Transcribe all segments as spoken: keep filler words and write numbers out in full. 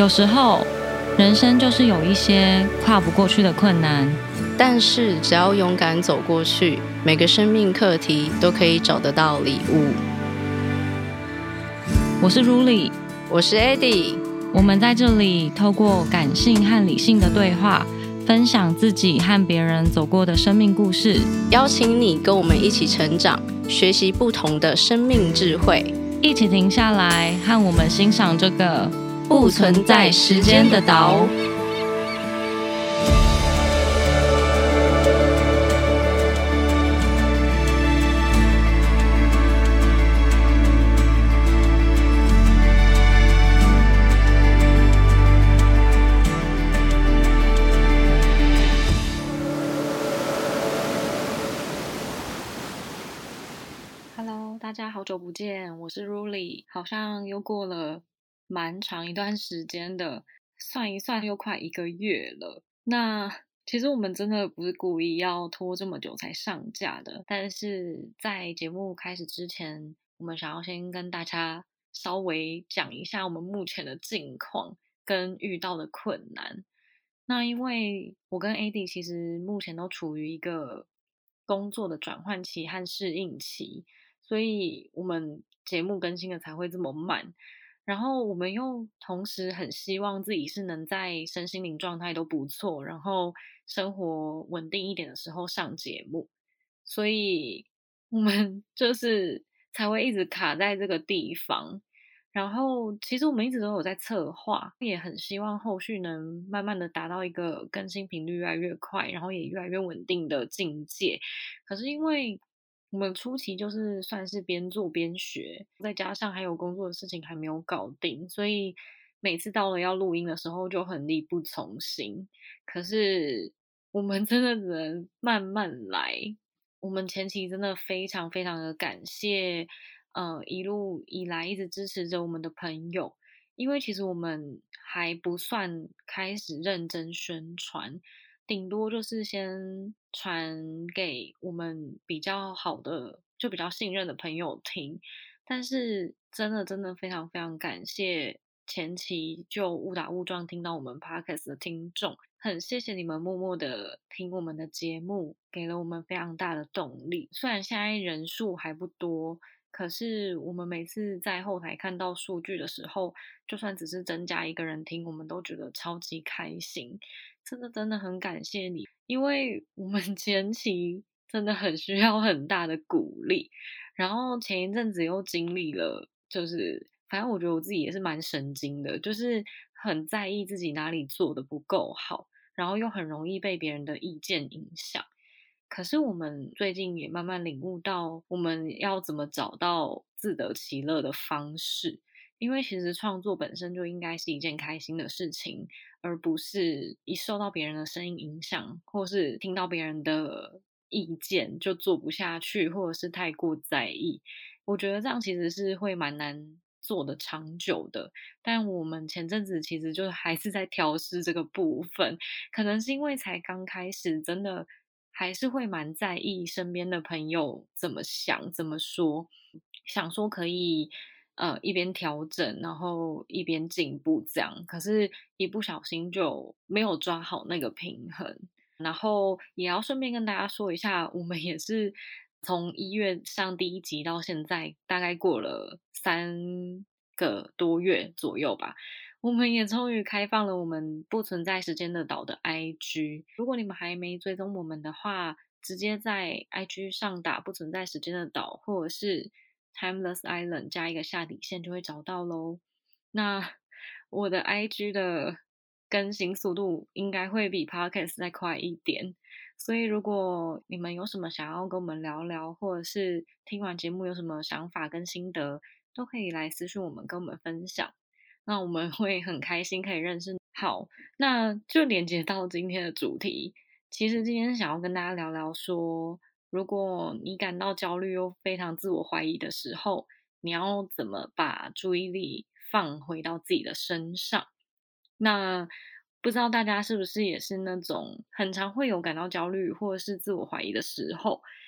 有时候人生就是有一些跨不过去的困难， 但是只要勇敢走过去，每个生命课题都可以找得到礼物。 我是 Ruli， 我是 Eddie， 我们在这里透过感性和理性的对话，分享自己和别人走过的生命故事， 邀请你跟我们一起成长，学习不同的生命智慧， 一起停下来和我们欣赏这个不存在时间的岛。Hello， 大家好久不见，我是 Ruli， 好像又过了蛮长一段时间的，算一算又快一个月了。那其实我们真的不是故意要拖这么久才上架的，但是在节目开始之前，我们想要先跟大家稍微讲一下我们目前的近况跟遇到的困难。那因为我跟 Eddie 其实目前都处于一个工作的转换期和适应期，所以我们节目更新的才会这么慢。然后我们又同时很希望自己是能在身心灵状态都不错，然后生活稳定一点的时候上节目，所以我们就是才会一直卡在这个地方。然后其实我们一直都有在策划，也很希望后续能慢慢的达到一个更新频率越来越快，然后也越来越稳定的境界。可是因为我们初期就是算是边做边学，再加上还有工作的事情还没有搞定，所以每次到了要录音的时候就很力不从心。可是我们真的只能慢慢来。我们前期真的非常非常的感谢呃，一路以来一直支持着我们的朋友，因为其实我们还不算开始认真宣传，顶多就是先传给我们比较好的，就比较信任的朋友听。但是真的真的非常非常感谢前期就误打误撞听到我们 podcast 的听众，很谢谢你们默默的听我们的节目，给了我们非常大的动力。虽然现在人数还不多，可是我们每次在后台看到数据的时候，就算只是增加一个人听，我们都觉得超级开心。真的真的很感谢你，因为我们前期真的很需要很大的鼓励。然后前一阵子又经历了，就是反正我觉得我自己也是蛮神经的，就是很在意自己哪里做的不够好，然后又很容易被别人的意见影响。可是我们最近也慢慢领悟到，我们要怎么找到自得其乐的方式。因为其实创作本身就应该是一件开心的事情，而不是一受到别人的声音影响，或是听到别人的意见就做不下去，或者是太过在意。我觉得这样其实是会蛮难做的长久的。但我们前阵子其实就还是在调试这个部分，可能是因为才刚开始，真的还是会蛮在意身边的朋友怎么想、怎么说，想说可以呃一边调整，然后一边进步这样。可是，一不小心就没有抓好那个平衡。然后也要顺便跟大家说一下，我们也是从一月上第一集到现在，大概过了三个多月左右吧。我们也终于开放了我们不存在时间的岛的 I G， 如果你们还没追踪我们的话，直接在 I G 上打不存在时间的岛，或者是 Timeless Island 加一个下底线就会找到咯。那我的 I G 的更新速度应该会比 Podcast 再快一点，所以如果你们有什么想要跟我们聊聊，或者是听完节目有什么想法跟心得，都可以来私讯我们跟我们分享。那我们会很开心可以认识你。好，那就连接到今天的主题。其实今天想要跟大家聊聊说，如果你感到焦虑又非常自我怀疑的时候，你要怎么把注意力放回到自己的身上。那不知道大家是不是也是那种很常会有感到焦虑或者是自我怀疑的时候，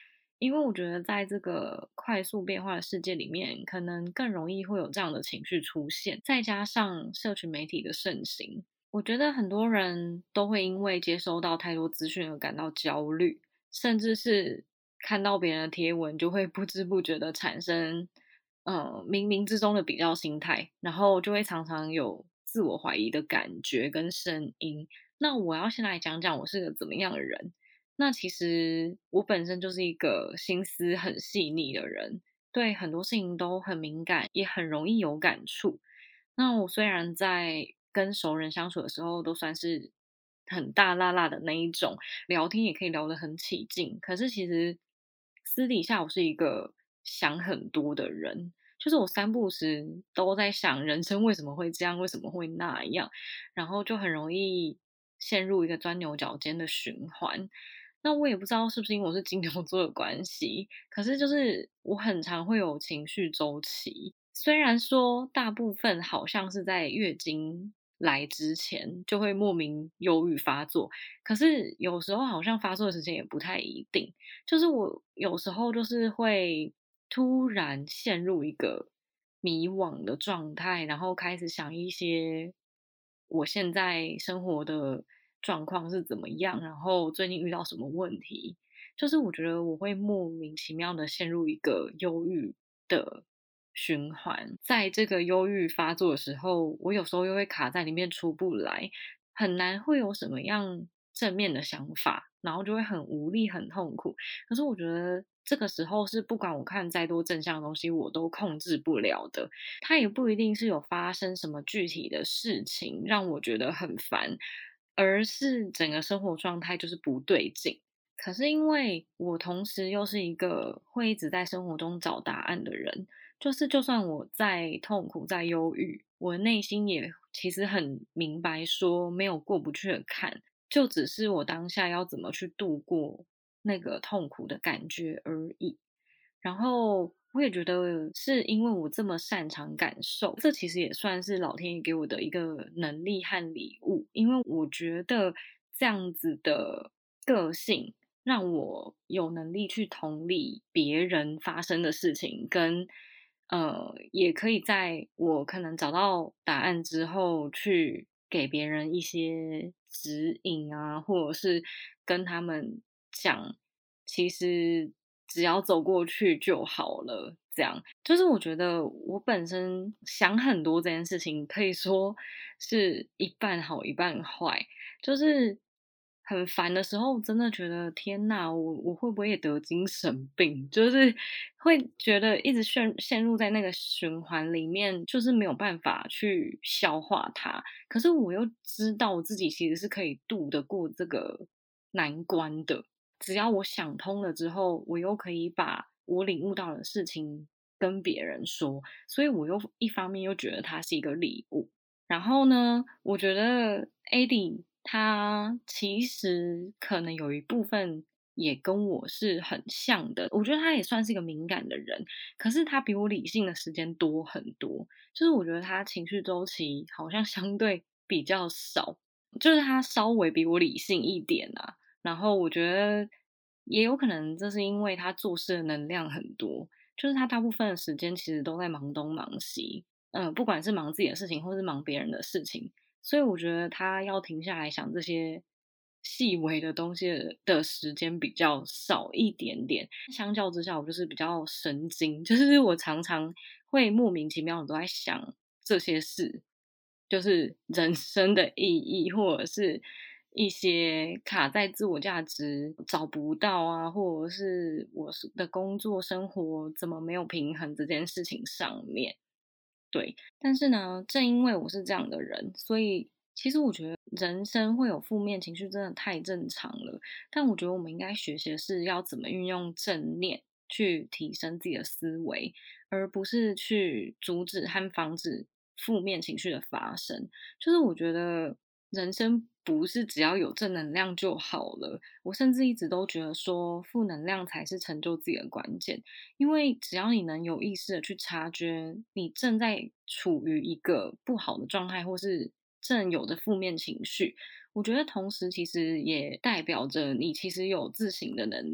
因为我觉得在这个快速变化的世界里面，可能更容易会有这样的情绪出现，再加上社群媒体的盛行，我觉得很多人都会因为接收到太多资讯而感到焦虑，甚至是看到别人的贴文就会不知不觉的产生，呃，冥冥之中的比较心态，然后就会常常有自我怀疑的感觉跟声音。那我要先来讲讲我是个怎么样的人。那其实我本身就是一个心思很细腻的人，对很多事情都很敏感，也很容易有感触。那我虽然在跟熟人相处的时候都算是很大辣辣的那一种，聊天也可以聊得很起劲，可是其实私底下我是一个想很多的人，就是我三不五时都在想人生为什么会这样，为什么会那样，然后就很容易陷入一个钻牛角尖的循环。那我也不知道是不是因为我是金牛座的关系，可是就是我很常会有情绪周期。虽然说大部分好像是在月经来之前就会莫名忧郁发作，可是有时候好像发作的时间也不太一定。就是我有时候就是会突然陷入一个迷惘的状态，然后开始想一些我现在生活的状况是怎么样，然后最近遇到什么问题，就是我觉得我会莫名其妙的陷入一个忧郁的循环。在这个忧郁发作的时候，我有时候又会卡在里面出不来，很难会有什么样正面的想法，然后就会很无力、很痛苦。可是我觉得这个时候是不管我看再多正向的东西，我都控制不了的。它也不一定是有发生什么具体的事情让我觉得很烦，而是整个生活状态就是不对劲。可是因为我同时又是一个会一直在生活中找答案的人，就是就算我再痛苦、再忧郁，我内心也其实很明白说没有过不去的坎，就只是我当下要怎么去度过那个痛苦的感觉而已。然后我也觉得是因为我这么擅长感受，这其实也算是老天爷给我的一个能力和礼物。因为我觉得这样子的个性，让我有能力去同理别人发生的事情，跟呃，也可以在我可能找到答案之后，去给别人一些指引啊，或者是跟他们讲，其实只要走过去就好了。这样，就是我觉得我本身想很多这件事情，可以说是一半好一半坏。就是很烦的时候，真的觉得天呐，我我会不会也得精神病？就是会觉得一直陷陷入在那个循环里面，就是没有办法去消化它。可是我又知道我自己其实是可以渡得过这个难关的，只要我想通了之后，我又可以把我领悟到的事情跟别人说，所以我又一方面又觉得它是一个礼物。然后呢，我觉得 A D 他其实可能有一部分也跟我是很像的。我觉得他也算是一个敏感的人，可是他比我理性的时间多很多。就是我觉得他情绪周期好像相对比较少，就是他稍微比我理性一点啊。然后我觉得也有可能这是因为他做事的能量很多，就是他大部分的时间其实都在忙东忙西。嗯，不管是忙自己的事情，或是忙别人的事情，所以我觉得他要停下来想这些细微的东西的的时间比较少一点点。相较之下，我就是比较神经，就是我常常会莫名其妙的都在想这些事，就是人生的意义，或者是一些卡在自我价值找不到啊，或者是我是的工作生活怎么没有平衡这件事情上面。对，但是呢，正因为我是这样的人，所以其实我觉得人生会有负面情绪，真的太正常了。但我觉得我们应该学习的是要怎么运用正念去提升自己的思维，而不是去阻止和防止负面情绪的发生。就是我觉得人生不是只要有正能量就好了，我甚至一直都觉得说负能量才是成就自己的关键。因为只要你能有意识的去察觉你正在处于一个不好的状态，或是正有的负面情绪，我觉得同时其实也代表着你其实有自省的能力，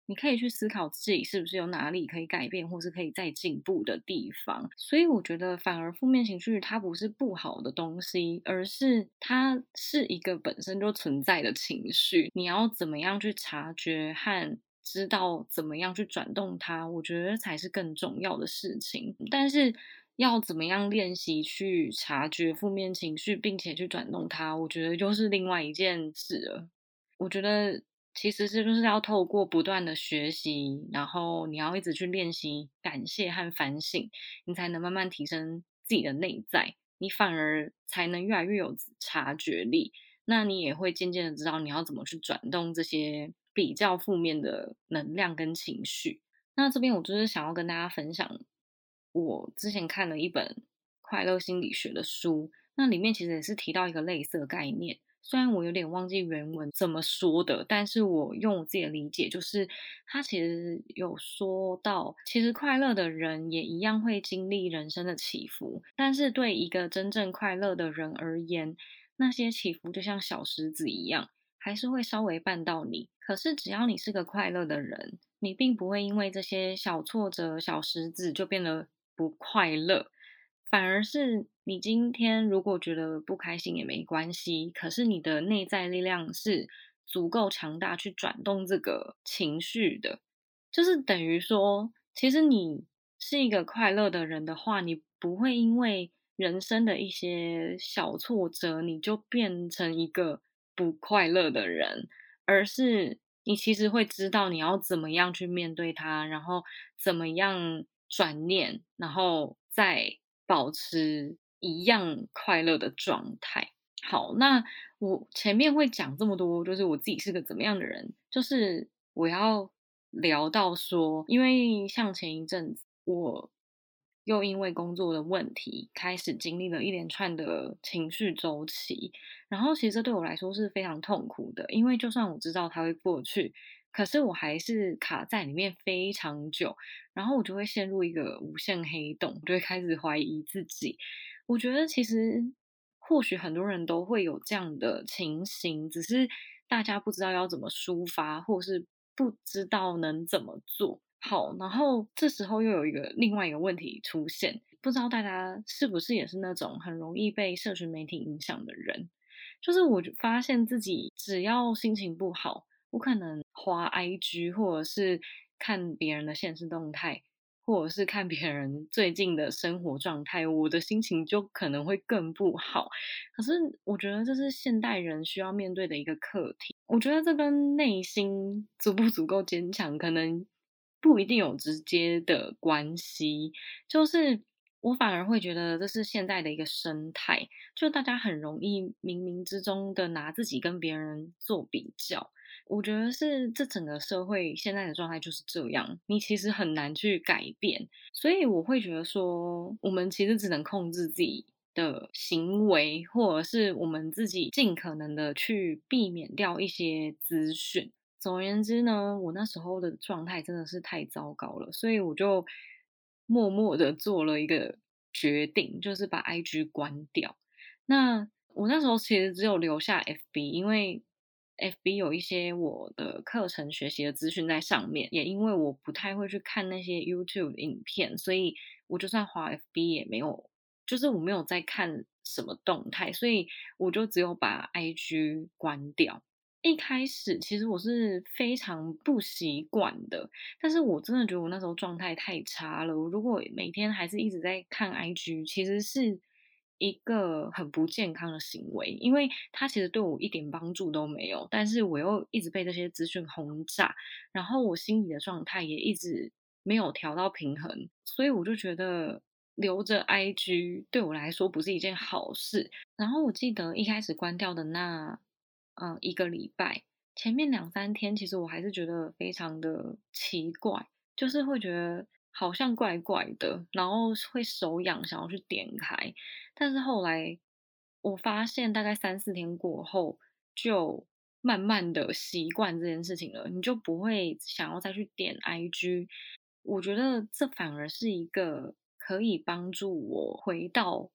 你可以去思考自己是不是有哪里可以改变，或是可以再进步的地方。所以我觉得反而负面情绪它不是不好的东西，而是它是一个本身就存在的情绪。你要怎么样去察觉和知道怎么样去转动它，我觉得才是更重要的事情。但是要怎么样练习去察觉负面情绪，并且去转动它，我觉得就是另外一件事了。我觉得其实是就是要透过不断的学习，然后你要一直去练习感谢和反省，你才能慢慢提升自己的内在，你反而才能越来越有察觉力。那你也会渐渐的知道你要怎么去转动这些比较负面的能量跟情绪。那这边我就是想要跟大家分享，我之前看了一本快乐心理学的书，那里面其实也是提到一个类似的概念。虽然我有点忘记原文怎么说的，但是我用我自己的理解，就是他其实有说到，其实快乐的人也一样会经历人生的起伏，但是对一个真正快乐的人而言，那些起伏就像小石子一样，还是会稍微绊到你。可是只要你是个快乐的人，你并不会因为这些小挫折、小石子就变得不快乐。反而是你今天如果觉得不开心也没关系，可是你的内在力量是足够强大去转动这个情绪的，就是等于说，其实你是一个快乐的人的话，你不会因为人生的一些小挫折，你就变成一个不快乐的人，而是你其实会知道你要怎么样去面对它，然后怎么样转念，然后再保持一样快乐的状态。好，那我前面会讲这么多，就是我自己是个怎么样的人，就是我要聊到说，因为像前一阵子我又因为工作的问题，开始经历了一连串的情绪周期，然后其实这对我来说是非常痛苦的，因为就算我知道它会过去，可是我还是卡在里面非常久，然后我就会陷入一个无限黑洞，我就会开始怀疑自己。我觉得其实或许很多人都会有这样的情形，只是大家不知道要怎么抒发，或是不知道能怎么做。好，然后这时候又有一个另外一个问题出现，不知道大家是不是也是那种很容易被社群媒体影响的人？就是我就发现自己只要心情不好，我可能滑 I G 或者是看别人的现实动态，或者是看别人最近的生活状态，我的心情就可能会更不好。可是我觉得这是现代人需要面对的一个课题。我觉得这跟内心足不足够坚强，可能不一定有直接的关系。就是我反而会觉得这是现在的一个生态，就大家很容易冥冥之中的拿自己跟别人做比较。我觉得是这整个社会现在的状态就是这样，你其实很难去改变。所以我会觉得说，我们其实只能控制自己的行为，或者是我们自己尽可能的去避免掉一些资讯。总而言之呢，我那时候的状态真的是太糟糕了，所以我就默默的做了一个决定，就是把 I G 关掉。那我那时候其实只有留下 F B，因为 F B 有一些我的课程学习的资讯在上面，也因为我不太会去看那些 YouTube 影片，所以我就算滑 F B 也没有，就是我没有在看什么动态，所以我就只有把 I G 关掉。一开始其实我是非常不习惯的，但是我真的觉得我那时候状态太差了。我如果每天还是一直在看 I G，其实是一个很不健康的行为，因为它其实对我一点帮助都没有。但是我又一直被这些资讯轰炸，然后我心里的状态也一直没有调到平衡，所以我就觉得留着 I G 对我来说不是一件好事。然后我记得一开始关掉的那嗯，一个礼拜，前面两三天，其实我还是觉得非常的奇怪，就是会觉得好像怪怪的，然后会手痒，想要去点开。但是后来我发现，大概三四天过后，就慢慢的习惯这件事情了，你就不会想要再去点 I G。我觉得这反而是一个可以帮助我回到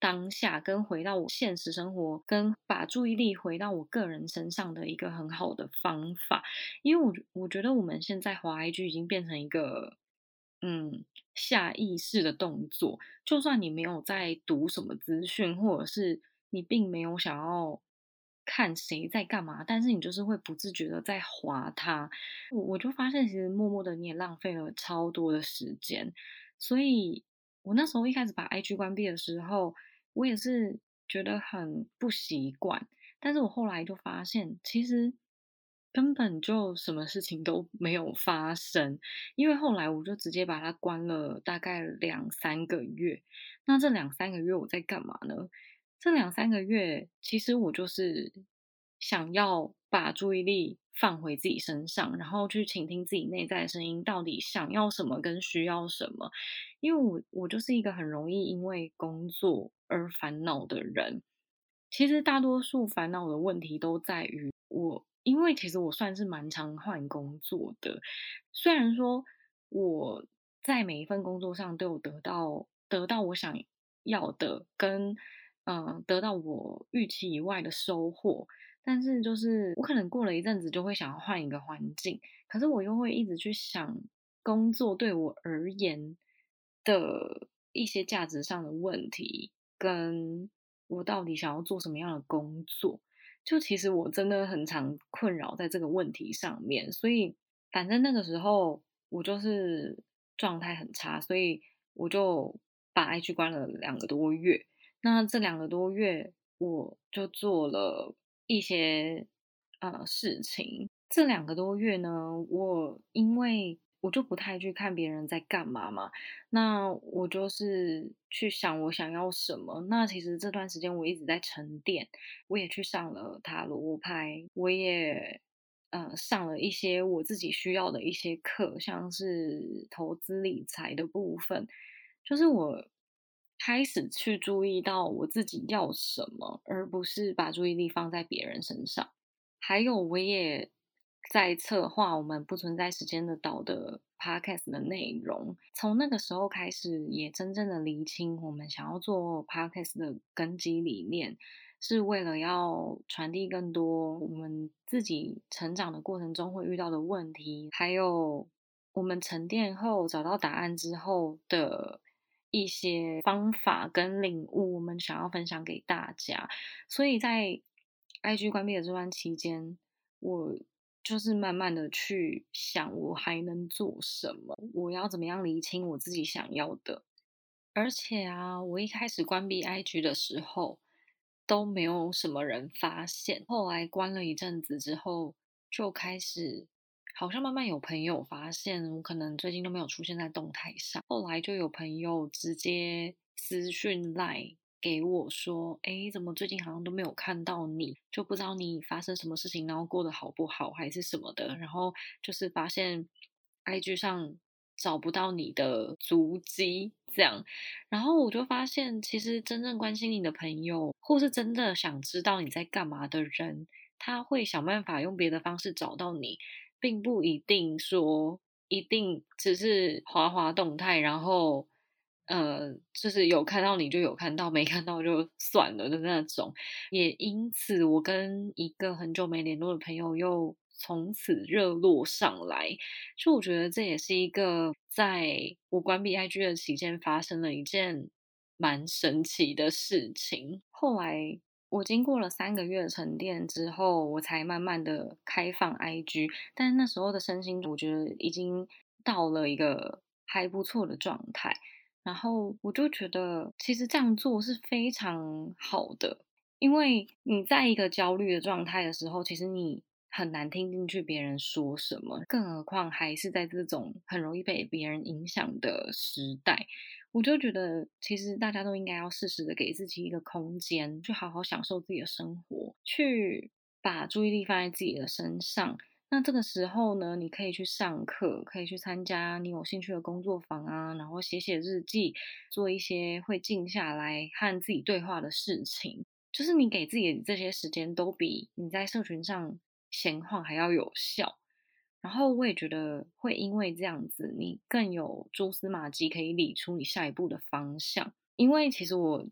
当下，跟回到我现实生活，跟把注意力回到我个人身上的一个很好的方法。因为我我觉得我们现在滑 I G 已经变成一个嗯下意识的动作，就算你没有在读什么资讯，或者是你并没有想要看谁在干嘛，但是你就是会不自觉的在滑它。我我就发现，其实默默的你也浪费了超多的时间。所以我那时候一开始把 I G 关闭的时候，我也是觉得很不习惯。但是我后来就发现，其实根本就什么事情都没有发生，因为后来我就直接把它关了大概两三个月。那这两三个月我在干嘛呢？这两三个月，其实我就是想要把注意力放回自己身上，然后去倾听自己内在的声音，到底想要什么跟需要什么。因为我我就是一个很容易因为工作而烦恼的人。其实大多数烦恼的问题都在于我，因为其实我算是蛮常换工作的。虽然说我在每一份工作上都有得到得到我想要的，跟嗯、呃得到我预期以外的收获，但是就是我可能过了一阵子就会想要换一个环境，可是我又会一直去想工作对我而言的一些价值上的问题，跟我到底想要做什么样的工作。就其实我真的很常困扰在这个问题上面，所以反正那个时候我就是状态很差，所以我就把 I G 关了两个多月。那这两个多月，我就做了一些呃事情。这两个多月呢，我因为我就不太去看别人在干嘛嘛，那我就是去想我想要什么。那其实这段时间我一直在沉淀，我也去上了塔罗牌，我也呃上了一些我自己需要的一些课，像是投资理财的部分。就是我开始去注意到我自己要什么，而不是把注意力放在别人身上。还有，我也在策划我们不存在时间的岛的 podcast 的内容。从那个时候开始，也真正的厘清我们想要做 podcast 的根基理念，是为了要传递更多我们自己成长的过程中会遇到的问题，还有我们沉淀后找到答案之后的一些方法跟领悟，我们想要分享给大家。所以在 I G 关闭的这段期间，我就是慢慢的去想我还能做什么，我要怎么样厘清我自己想要的。而且啊，我一开始关闭 I G 的时候都没有什么人发现，后来关了一阵子之后，就开始好像慢慢有朋友发现我可能最近都没有出现在动态上，后来就有朋友直接私讯赖给我说，诶，怎么最近好像都没有看到你，就不知道你发生什么事情，然后过得好不好，还是什么的。然后就是发现 I G 上找不到你的足迹，这样。然后我就发现，其实真正关心你的朋友，或是真的想知道你在干嘛的人，他会想办法用别的方式找到你，并不一定说一定只是滑滑动态，然后呃，就是有看到你就有看到，没看到就算了的那种。也因此，我跟一个很久没联络的朋友又从此热络上来。就我觉得这也是一个在我关闭 I G 的期间发生了一件蛮神奇的事情。后来我经过了三个月的沉淀之后，我才慢慢的开放 I G，但那时候的身心我觉得已经到了一个还不错的状态。然后我就觉得，其实这样做是非常好的，因为你在一个焦虑的状态的时候，其实你很难听进去别人说什么，更何况还是在这种很容易被别人影响的时代。我就觉得，其实大家都应该要适时的给自己一个空间，去好好享受自己的生活，去把注意力放在自己的身上。那这个时候呢，你可以去上课，可以去参加你有兴趣的工作坊啊，然后写写日记，做一些会静下来和自己对话的事情。就是你给自己的这些时间，都比你在社群上闲晃还要有效。然后我也觉得会因为这样子，你更有蛛丝马迹可以理出你下一步的方向。因为其实我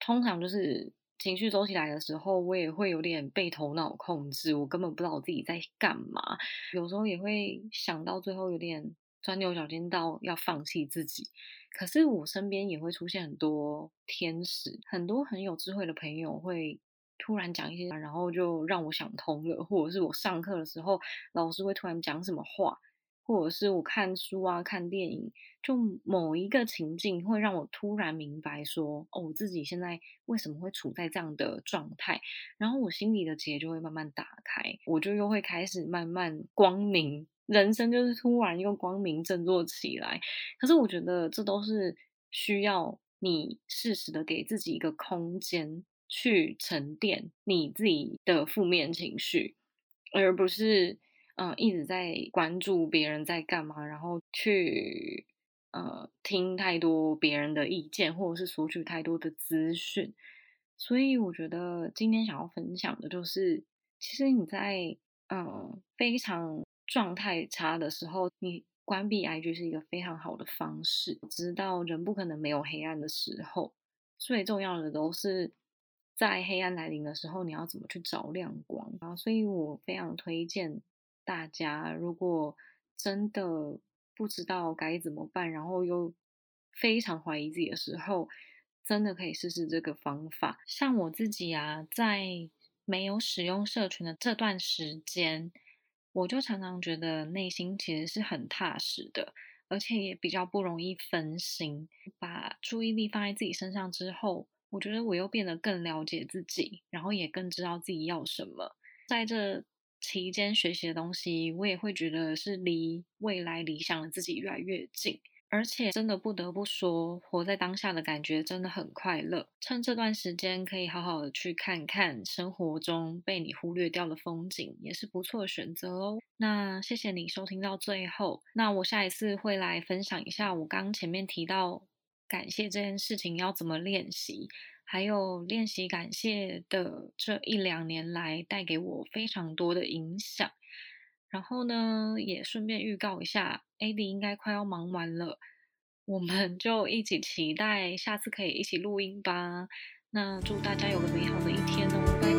通常就是情绪周期来的时候，我也会有点被头脑控制，我根本不知道我自己在干嘛。有时候也会想到最后有点钻牛角尖到要放弃自己。可是我身边也会出现很多天使，很多很有智慧的朋友会突然讲一些，然后就让我想通了，或者是我上课的时候，老师会突然讲什么话，或者是我看书啊、看电影，就某一个情境会让我突然明白说，哦，我自己现在为什么会处在这样的状态，然后我心里的结就会慢慢打开，我就又会开始慢慢光明，人生就是突然又光明振作起来。可是我觉得这都是需要你适时的给自己一个空间去沉淀你自己的负面情绪，而不是呃一直在关注别人在干嘛，然后去呃听太多别人的意见，或者是索取太多的资讯。所以我觉得今天想要分享的就是，其实你在嗯、呃非常状态差的时候，你关闭 I G 是一个非常好的方式。知道人不可能没有黑暗的时候，最重要的都是在黑暗来临的时候，你要怎么去找亮光啊？所以我非常推荐大家，如果真的不知道该怎么办，然后又非常怀疑自己的时候，真的可以试试这个方法。像我自己啊，在没有使用社群的这段时间，我就常常觉得内心其实是很踏实的，而且也比较不容易分心。把注意力放在自己身上之后，我觉得我又变得更了解自己，然后也更知道自己要什么。在这期间学习的东西，我也会觉得是离未来理想的自己越来越近。而且真的不得不说，活在当下的感觉真的很快乐。趁这段时间，可以好好的去看看生活中被你忽略掉的风景，也是不错的选择哦。那谢谢你收听到最后。那我下一次会来分享一下我刚前面提到感谢这件事情要怎么练习，还有练习感谢的这一两年来带给我非常多的影响。然后呢，也顺便预告一下，A D 应该快要忙完了，我们就一起期待下次可以一起录音吧。那祝大家有个美好的一天哦，拜拜。